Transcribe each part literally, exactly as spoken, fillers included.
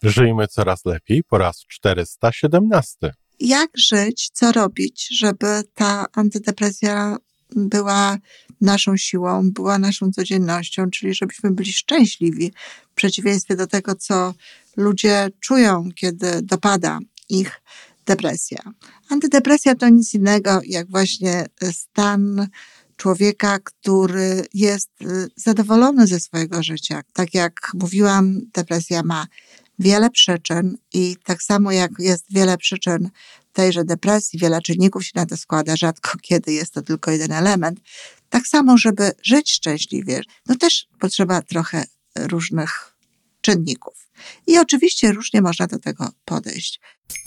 Żyjmy coraz lepiej po raz czterysta siedemnasty. Jak żyć, co robić, żeby ta antydepresja była naszą siłą, była naszą codziennością, czyli żebyśmy byli szczęśliwi, w przeciwieństwie do tego, co ludzie czują, kiedy dopada ich depresja. Antydepresja to nic innego jak właśnie stan człowieka, który jest zadowolony ze swojego życia. Tak jak mówiłam, depresja ma wiele przyczyn i tak samo jak jest wiele przyczyn tejże depresji, wiele czynników się na to składa, rzadko kiedy jest to tylko jeden element. Tak samo, żeby żyć szczęśliwie, no też potrzeba trochę różnych czynników. I oczywiście różnie można do tego podejść.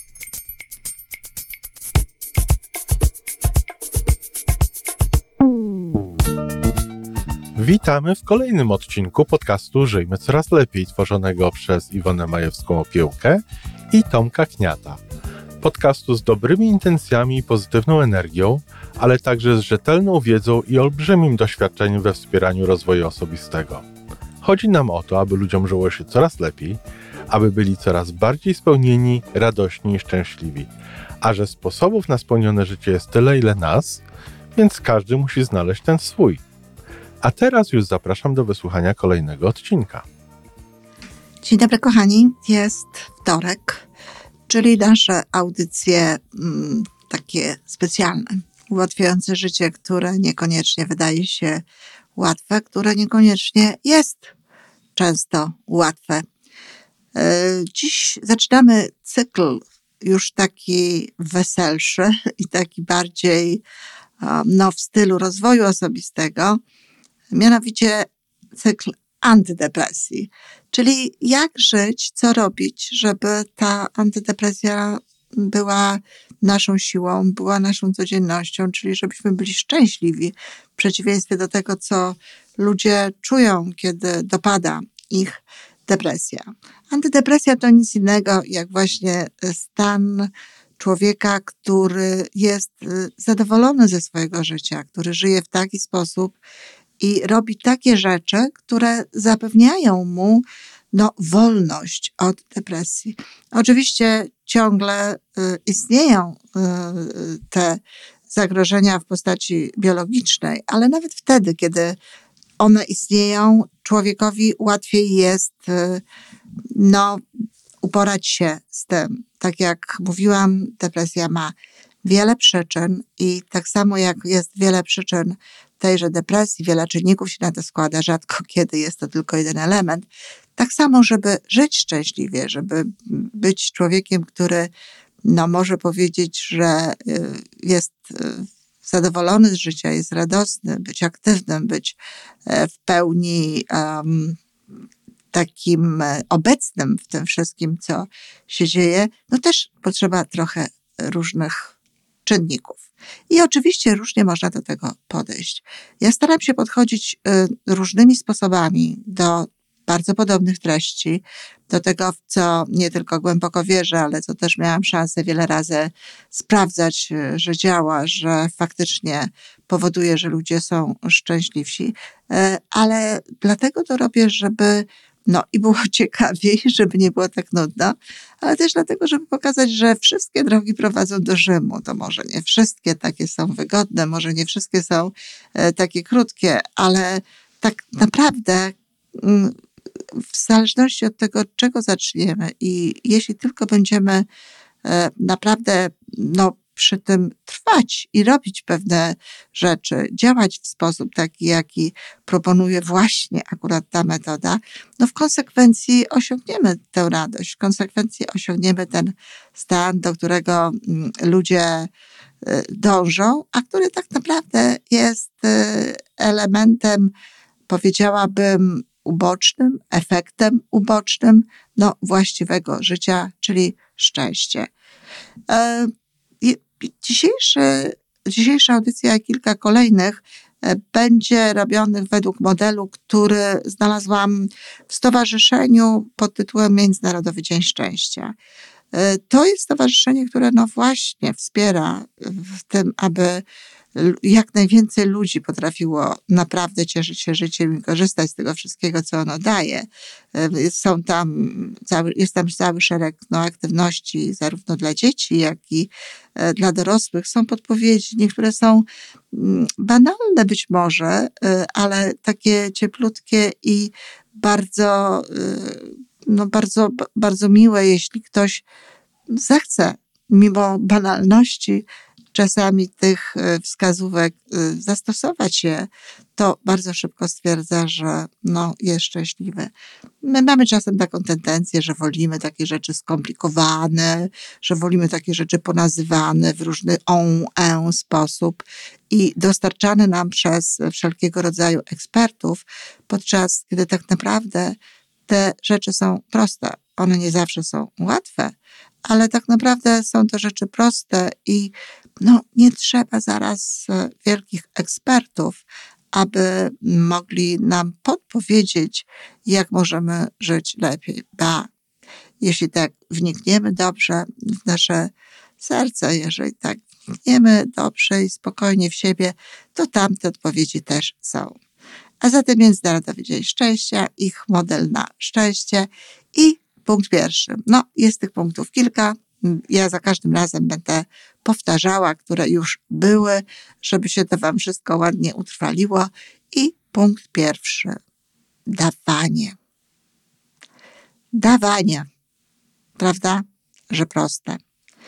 Witamy w kolejnym odcinku podcastu Żyjmy Coraz Lepiej, tworzonego przez Iwonę Majewską-Opiełkę i Tomka Kniata. Podcastu z dobrymi intencjami i pozytywną energią, ale także z rzetelną wiedzą i olbrzymim doświadczeniem we wspieraniu rozwoju osobistego. Chodzi nam o to, aby ludziom żyło się coraz lepiej, aby byli coraz bardziej spełnieni, radośni i szczęśliwi. A że sposobów na spełnione życie jest tyle, ile nas, więc każdy musi znaleźć ten swój. A teraz już zapraszam do wysłuchania kolejnego odcinka. Dzień dobry kochani, jest wtorek, czyli nasze audycje mm, takie specjalne, ułatwiające życie, które niekoniecznie wydaje się łatwe, które niekoniecznie jest często łatwe. Dziś zaczynamy cykl już taki weselszy i taki bardziej no, w stylu rozwoju osobistego, mianowicie cykl antydepresji. Czyli jak żyć, co robić, żeby ta antydepresja była naszą siłą, była naszą codziennością, czyli żebyśmy byli szczęśliwi, w przeciwieństwie do tego, co ludzie czują, kiedy dopada ich depresja. Antydepresja to nic innego jak właśnie stan człowieka, który jest zadowolony ze swojego życia, który żyje w taki sposób i robi takie rzeczy, które zapewniają mu no, wolność od depresji. Oczywiście ciągle y, istnieją y, te zagrożenia w postaci biologicznej, ale nawet wtedy, kiedy one istnieją, człowiekowi łatwiej jest y, no, uporać się z tym. Tak jak mówiłam, depresja ma wiele przyczyn i tak samo jak jest wiele przyczyn tejże depresji, wiele czynników się na to składa, rzadko kiedy jest to tylko jeden element. Tak samo, żeby żyć szczęśliwie, żeby być człowiekiem, który no, może powiedzieć, że jest zadowolony z życia, jest radosny, być aktywnym, być w pełni um, takim obecnym w tym wszystkim, co się dzieje, no też potrzeba trochę różnych czynników. I oczywiście różnie można do tego podejść. Ja staram się podchodzić y, różnymi sposobami do bardzo podobnych treści, do tego, w co nie tylko głęboko wierzę, ale co też miałam szansę wiele razy sprawdzać, y, że działa, że faktycznie powoduje, że ludzie są szczęśliwsi. Y, ale dlatego to robię, żeby no i było ciekawiej, żeby nie było tak nudno, ale też dlatego, żeby pokazać, że wszystkie drogi prowadzą do Rzymu. To może nie wszystkie takie są wygodne, może nie wszystkie są e, takie krótkie, ale tak naprawdę m, w zależności od tego, od czego zaczniemy i jeśli tylko będziemy e, naprawdę no, przy tym trwać i robić pewne rzeczy, działać w sposób taki, jaki proponuje właśnie akurat ta metoda, no w konsekwencji osiągniemy tę radość, w konsekwencji osiągniemy ten stan, do którego ludzie dążą, a który tak naprawdę jest elementem, powiedziałabym, ubocznym, efektem ubocznym, no właściwego życia, czyli szczęście. Dzisiejszy, dzisiejsza audycja i kilka kolejnych będzie robionych według modelu, który znalazłam w stowarzyszeniu pod tytułem Międzynarodowy Dzień Szczęścia. To jest stowarzyszenie, które no właśnie wspiera w tym, aby jak najwięcej ludzi potrafiło naprawdę cieszyć się życiem i korzystać z tego wszystkiego, co ono daje. Są tam cały, jest tam cały szereg no, aktywności zarówno dla dzieci, jak i dla dorosłych. Są podpowiedzi, niektóre są banalne być może, ale takie cieplutkie i bardzo, no, bardzo, bardzo miłe, jeśli ktoś zechce mimo banalności czasami tych wskazówek zastosować je, to bardzo szybko stwierdza, że no, jest szczęśliwy. My mamy czasem taką tendencję, że wolimy takie rzeczy skomplikowane, że wolimy takie rzeczy ponazywane w różny on, en sposób i dostarczane nam przez wszelkiego rodzaju ekspertów, podczas kiedy tak naprawdę te rzeczy są proste. One nie zawsze są łatwe, ale tak naprawdę są to rzeczy proste i no, nie trzeba zaraz wielkich ekspertów, aby mogli nam podpowiedzieć, jak możemy żyć lepiej. Ba, jeśli tak wnikniemy dobrze w nasze serce, jeżeli tak wnikniemy dobrze i spokojnie w siebie, to tamte odpowiedzi też są. A zatem Międzynarodowy Dzień Szczęścia, ich model na szczęście i punkt pierwszy. No, jest tych punktów kilka. Ja za każdym razem będę powtarzała, które już były, żeby się to wam wszystko ładnie utrwaliło. I punkt pierwszy. Dawanie. Dawanie. Prawda? Że proste.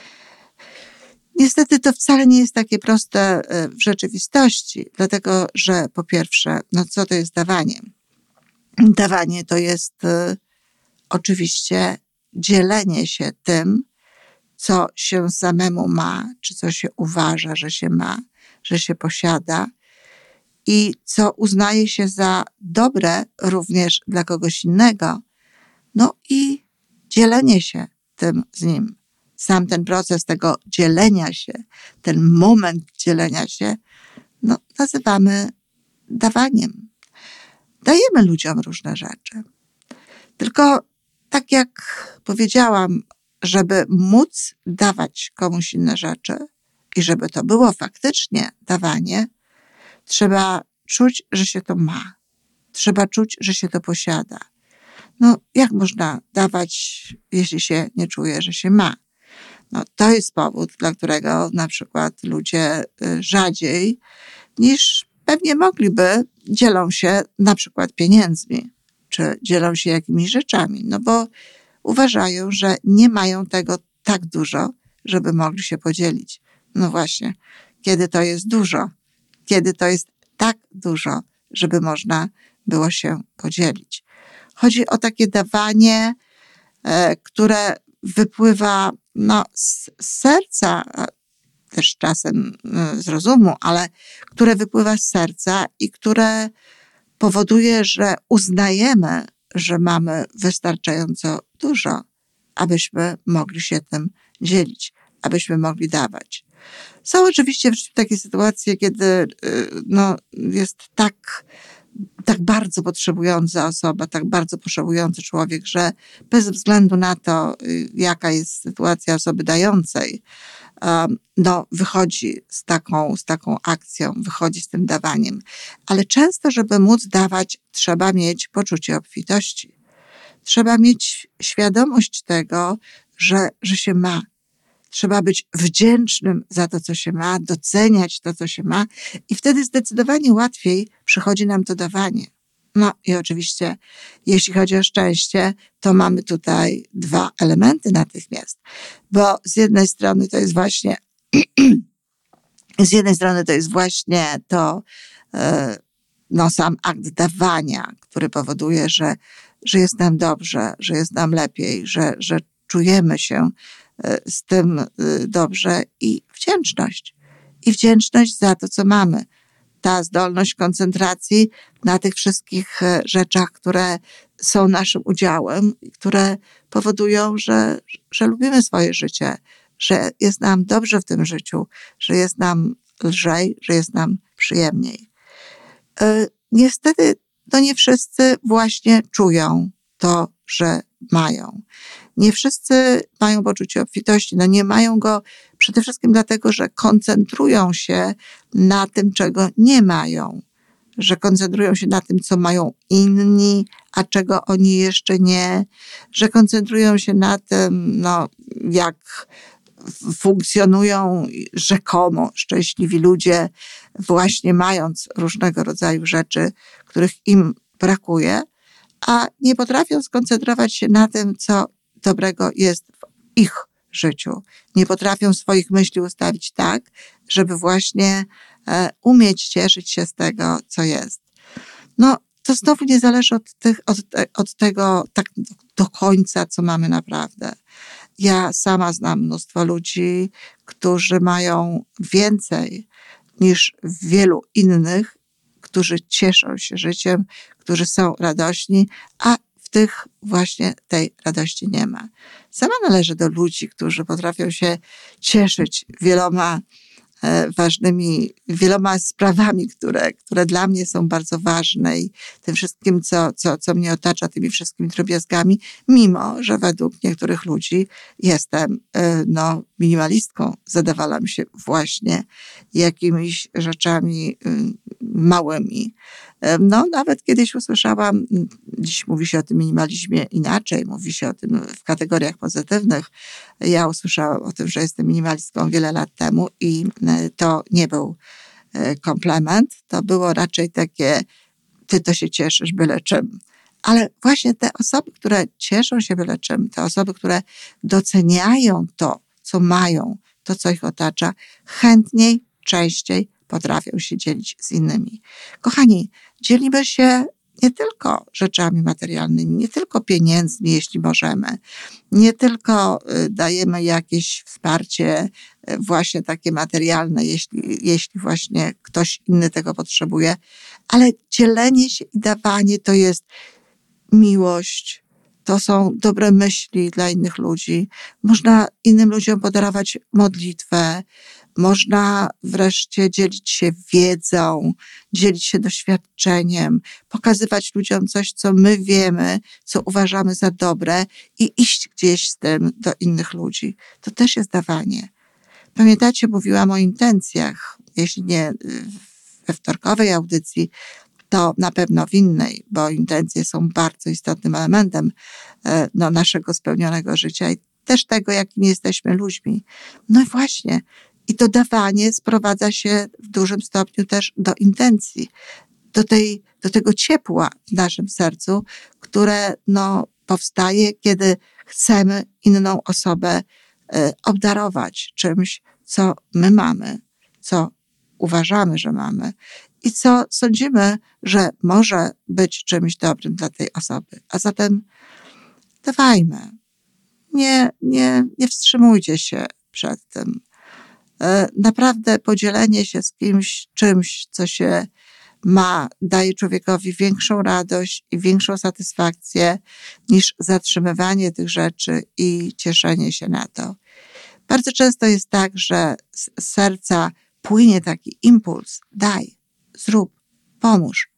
Niestety to wcale nie jest takie proste w rzeczywistości, dlatego że po pierwsze, no co to jest dawanie? Dawanie to jest y, oczywiście dzielenie się tym, co się samemu ma, czy co się uważa, że się ma, że się posiada i co uznaje się za dobre również dla kogoś innego, no i dzielenie się tym z nim. Sam ten proces tego dzielenia się, ten moment dzielenia się, no, nazywamy dawaniem. Dajemy ludziom różne rzeczy. Tylko tak jak powiedziałam, żeby móc dawać komuś inne rzeczy i żeby to było faktycznie dawanie, trzeba czuć, że się to ma. Trzeba czuć, że się to posiada. No, jak można dawać, jeśli się nie czuje, że się ma? No, to jest powód, dla którego na przykład ludzie rzadziej niż pewnie mogliby dzielą się na przykład pieniędzmi, czy dzielą się jakimiś rzeczami, no bo uważają, że nie mają tego tak dużo, żeby mogli się podzielić. No właśnie, kiedy to jest dużo, kiedy to jest tak dużo, żeby można było się podzielić. Chodzi o takie dawanie, e, które wypływa no, z serca, też czasem z rozumu, ale które wypływa z serca i które powoduje, że uznajemy, że mamy wystarczająco dużo, abyśmy mogli się tym dzielić, abyśmy mogli dawać. Są oczywiście w życiu takie sytuacje, kiedy no, jest tak, tak bardzo potrzebująca osoba, tak bardzo potrzebujący człowiek, że bez względu na to, jaka jest sytuacja osoby dającej, no, wychodzi z taką, z taką akcją, wychodzi z tym dawaniem. Ale często, żeby móc dawać, trzeba mieć poczucie obfitości. Trzeba mieć świadomość tego, że, że się ma. Trzeba być wdzięcznym za to, co się ma, doceniać to, co się ma i wtedy zdecydowanie łatwiej przychodzi nam to dawanie. No i oczywiście, jeśli chodzi o szczęście, to mamy tutaj dwa elementy natychmiast, bo z jednej strony to jest właśnie z jednej strony to jest właśnie to no, sam akt dawania, który powoduje, że, że jest nam dobrze, że jest nam lepiej, że, że czujemy się z tym dobrze i wdzięczność. I wdzięczność za to, co mamy. Ta zdolność koncentracji na tych wszystkich rzeczach, które są naszym udziałem i które powodują, że, że lubimy swoje życie, że jest nam dobrze w tym życiu, że jest nam lżej, że jest nam przyjemniej. Niestety, no nie wszyscy właśnie czują to, że mają. Nie wszyscy mają poczucie obfitości. No nie mają go przede wszystkim dlatego, że koncentrują się na tym, czego nie mają. Że koncentrują się na tym, co mają inni, a czego oni jeszcze nie. Że koncentrują się na tym, no, jak funkcjonują rzekomo szczęśliwi ludzie, właśnie mając różnego rodzaju rzeczy, których im brakuje, a nie potrafią skoncentrować się na tym, co dobrego jest w ich życiu. Nie potrafią swoich myśli ustawić tak, żeby właśnie e, umieć cieszyć się z tego, co jest. No, to znowu nie zależy od, tych, od, te, od tego tak do, do końca, co mamy naprawdę. Ja sama znam mnóstwo ludzi, którzy mają więcej niż wielu innych, którzy cieszą się życiem, którzy są radośni, a w tych właśnie tej radości nie ma. Sama należę do ludzi, którzy potrafią się cieszyć wieloma e, ważnymi, wieloma sprawami, które, które dla mnie są bardzo ważne i tym wszystkim, co, co, co mnie otacza, tymi wszystkimi drobiazgami, mimo że według niektórych ludzi jestem e, no, minimalistką. Zadowalam się właśnie jakimiś rzeczami y, małymi. No, nawet kiedyś usłyszałam, dziś mówi się o tym minimalizmie inaczej, mówi się o tym w kategoriach pozytywnych. Ja usłyszałam o tym, że jestem minimalistką wiele lat temu i to nie był komplement, to było raczej takie, ty to się cieszysz byle czym. Ale właśnie te osoby, które cieszą się byle czym, te osoby, które doceniają to, co mają, to, co ich otacza, chętniej, częściej potrafią się dzielić z innymi. Kochani, dzielimy się nie tylko rzeczami materialnymi, nie tylko pieniędzmi, jeśli możemy, nie tylko dajemy jakieś wsparcie właśnie takie materialne, jeśli, jeśli właśnie ktoś inny tego potrzebuje, ale dzielenie się i dawanie to jest miłość, to są dobre myśli dla innych ludzi. Można innym ludziom podarować modlitwę, można wreszcie dzielić się wiedzą, dzielić się doświadczeniem, pokazywać ludziom coś, co my wiemy, co uważamy za dobre i iść gdzieś z tym do innych ludzi. To też jest dawanie. Pamiętacie, mówiłam o intencjach, jeśli nie we wtorkowej audycji, to na pewno w innej, bo intencje są bardzo istotnym elementem no, naszego spełnionego życia i też tego, jakimi jesteśmy ludźmi. No i właśnie, i to dawanie sprowadza się w dużym stopniu też do intencji, do, tej, do tego ciepła w naszym sercu, które no, powstaje, kiedy chcemy inną osobę e, obdarować czymś, co my mamy, co uważamy, że mamy i co sądzimy, że może być czymś dobrym dla tej osoby. A zatem dawajmy. Nie, nie, nie wstrzymujcie się przed tym. Naprawdę podzielenie się z kimś czymś, co się ma, daje człowiekowi większą radość i większą satysfakcję niż zatrzymywanie tych rzeczy i cieszenie się na to. Bardzo często jest tak, że z serca płynie taki impuls, daj, zrób, pomóż,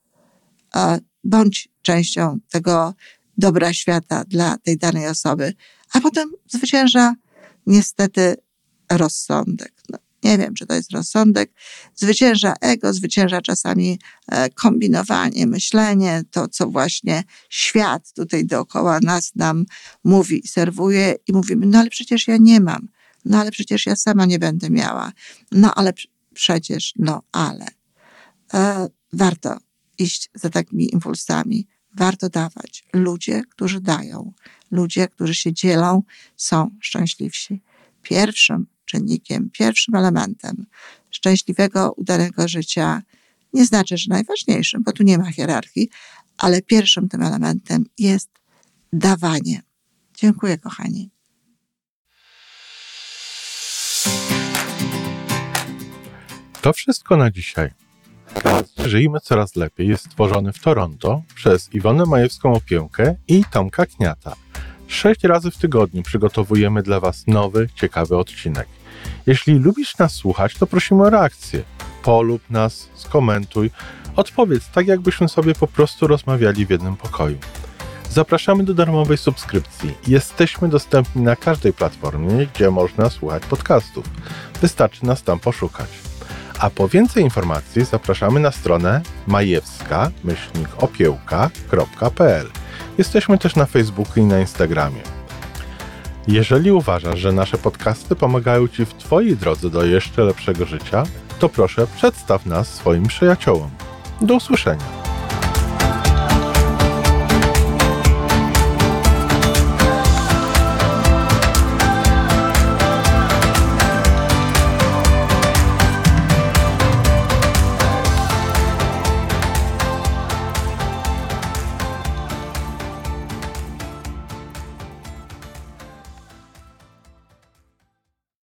bądź częścią tego dobra świata dla tej danej osoby, a potem zwycięża niestety rozsądek. No, nie wiem, czy to jest rozsądek. Zwycięża ego, zwycięża czasami kombinowanie, myślenie, to co właśnie świat tutaj dookoła nas nam mówi i serwuje i mówimy, no ale przecież ja nie mam, no ale przecież ja sama nie będę miała, no ale przecież, no ale. E, warto iść za takimi impulsami, warto dawać. Ludzie, którzy dają, ludzie, którzy się dzielą, są szczęśliwsi. Pierwszym czynnikiem, pierwszym elementem szczęśliwego, udanego życia nie znaczy, że najważniejszym, bo tu nie ma hierarchii, ale pierwszym tym elementem jest dawanie. Dziękuję, kochani. To wszystko na dzisiaj. Żyjmy coraz lepiej jest stworzony w Toronto przez Iwonę Majewską-Opiełkę i Tomka Kniata. Sześć razy w tygodniu przygotowujemy dla Was nowy, ciekawy odcinek. Jeśli lubisz nas słuchać, to prosimy o reakcję. Polub nas, skomentuj, odpowiedz tak, jakbyśmy sobie po prostu rozmawiali w jednym pokoju. Zapraszamy do darmowej subskrypcji. Jesteśmy dostępni na każdej platformie, gdzie można słuchać podcastów. Wystarczy nas tam poszukać. A po więcej informacji zapraszamy na stronę majewska myślnik opiełka kropka p l. Jesteśmy też na Facebooku i na Instagramie. Jeżeli uważasz, że nasze podcasty pomagają Ci w Twojej drodze do jeszcze lepszego życia, to proszę przedstaw nas swoim przyjaciołom. Do usłyszenia.